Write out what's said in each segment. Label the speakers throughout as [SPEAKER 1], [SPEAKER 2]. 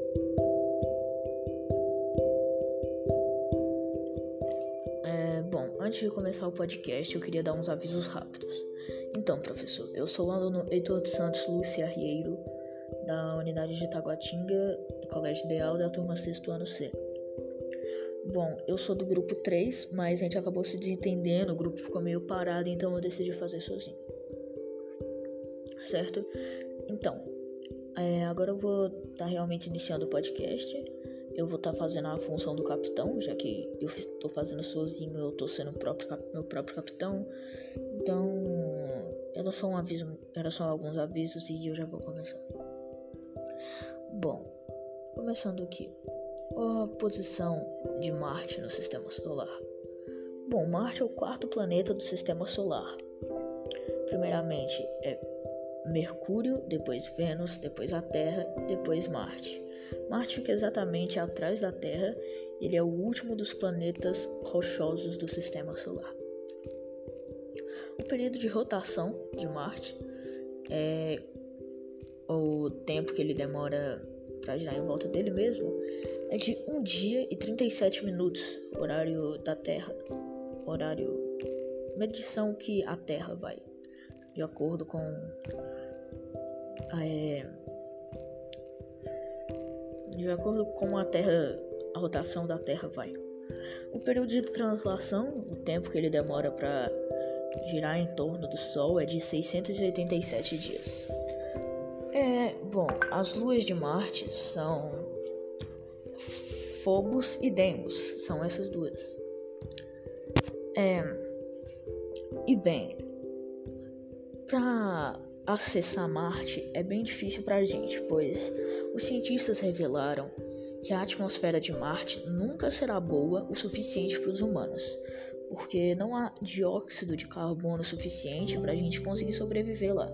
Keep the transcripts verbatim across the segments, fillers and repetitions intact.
[SPEAKER 1] É, bom, antes de começar o podcast, eu queria dar uns avisos rápidos. Então, professor, eu sou o aluno Heitor dos Santos Lúcia Arrieiro, da unidade de Taguatinga, do Colégio Ideal, da turma sexto ano C. Bom, eu sou do grupo três, mas a gente acabou se desentendendo, o grupo ficou meio parado, então eu decidi fazer sozinho. Certo? Então, é, agora eu vou estar tá realmente iniciando o podcast. Eu vou estar tá fazendo a função do capitão, já que eu estou fazendo sozinho, eu estou sendo o próprio, meu próprio capitão. Então, era só um aviso, era só alguns avisos e eu já vou começar. Bom, começando aqui. A posição de Marte no Sistema Solar. Bom, Marte é o quarto planeta do Sistema Solar. Primeiramente é Mercúrio, depois Vênus, depois a Terra, depois Marte. Marte fica exatamente atrás da Terra, ele é o último dos planetas rochosos do Sistema Solar. O período de rotação de Marte é o tempo que ele demora para girar em volta dele mesmo, é de um dia e trinta e sete minutos, horário da Terra, horário, medição que a Terra vai, de acordo com é, de acordo com a Terra, a rotação da Terra vai. O período de translação, o tempo que ele demora para girar em torno do Sol, é de seiscentos e oitenta e sete dias. É, bom, as luas de Marte são Phobos e Deimos, são essas duas. É, e bem, para acessar Marte é bem difícil para a gente, pois os cientistas revelaram que a atmosfera de Marte nunca será boa o suficiente para os humanos, porque não há dióxido de carbono suficiente para a gente conseguir sobreviver lá.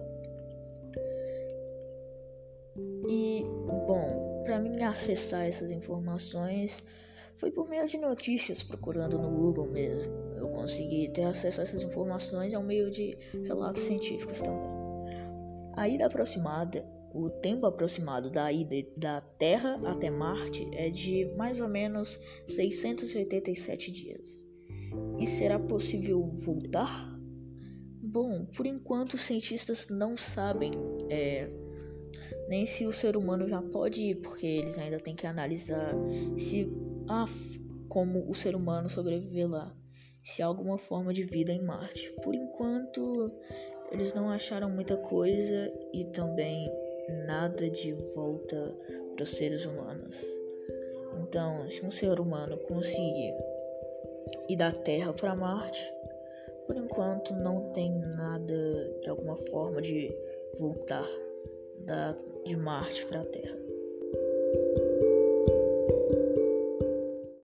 [SPEAKER 1] E, bom, para mim acessar essas informações foi por meio de notícias, procurando no Google mesmo. Eu consegui ter acesso a essas informações ao meio de relatos científicos também. A ida aproximada, o tempo aproximado da ida da Terra até Marte é de mais ou menos seiscentos e oitenta e sete dias. E será possível voltar? Bom, por enquanto os cientistas não sabem é, nem se o ser humano já pode ir, porque eles ainda têm que analisar se há como o ser humano sobreviver lá, se há alguma forma de vida em Marte. Por enquanto, eles não acharam muita coisa e também nada de volta para os seres humanos. Então, se um ser humano conseguir ir da Terra para Marte, por enquanto não tem nada de alguma forma de voltar da, de Marte para a Terra.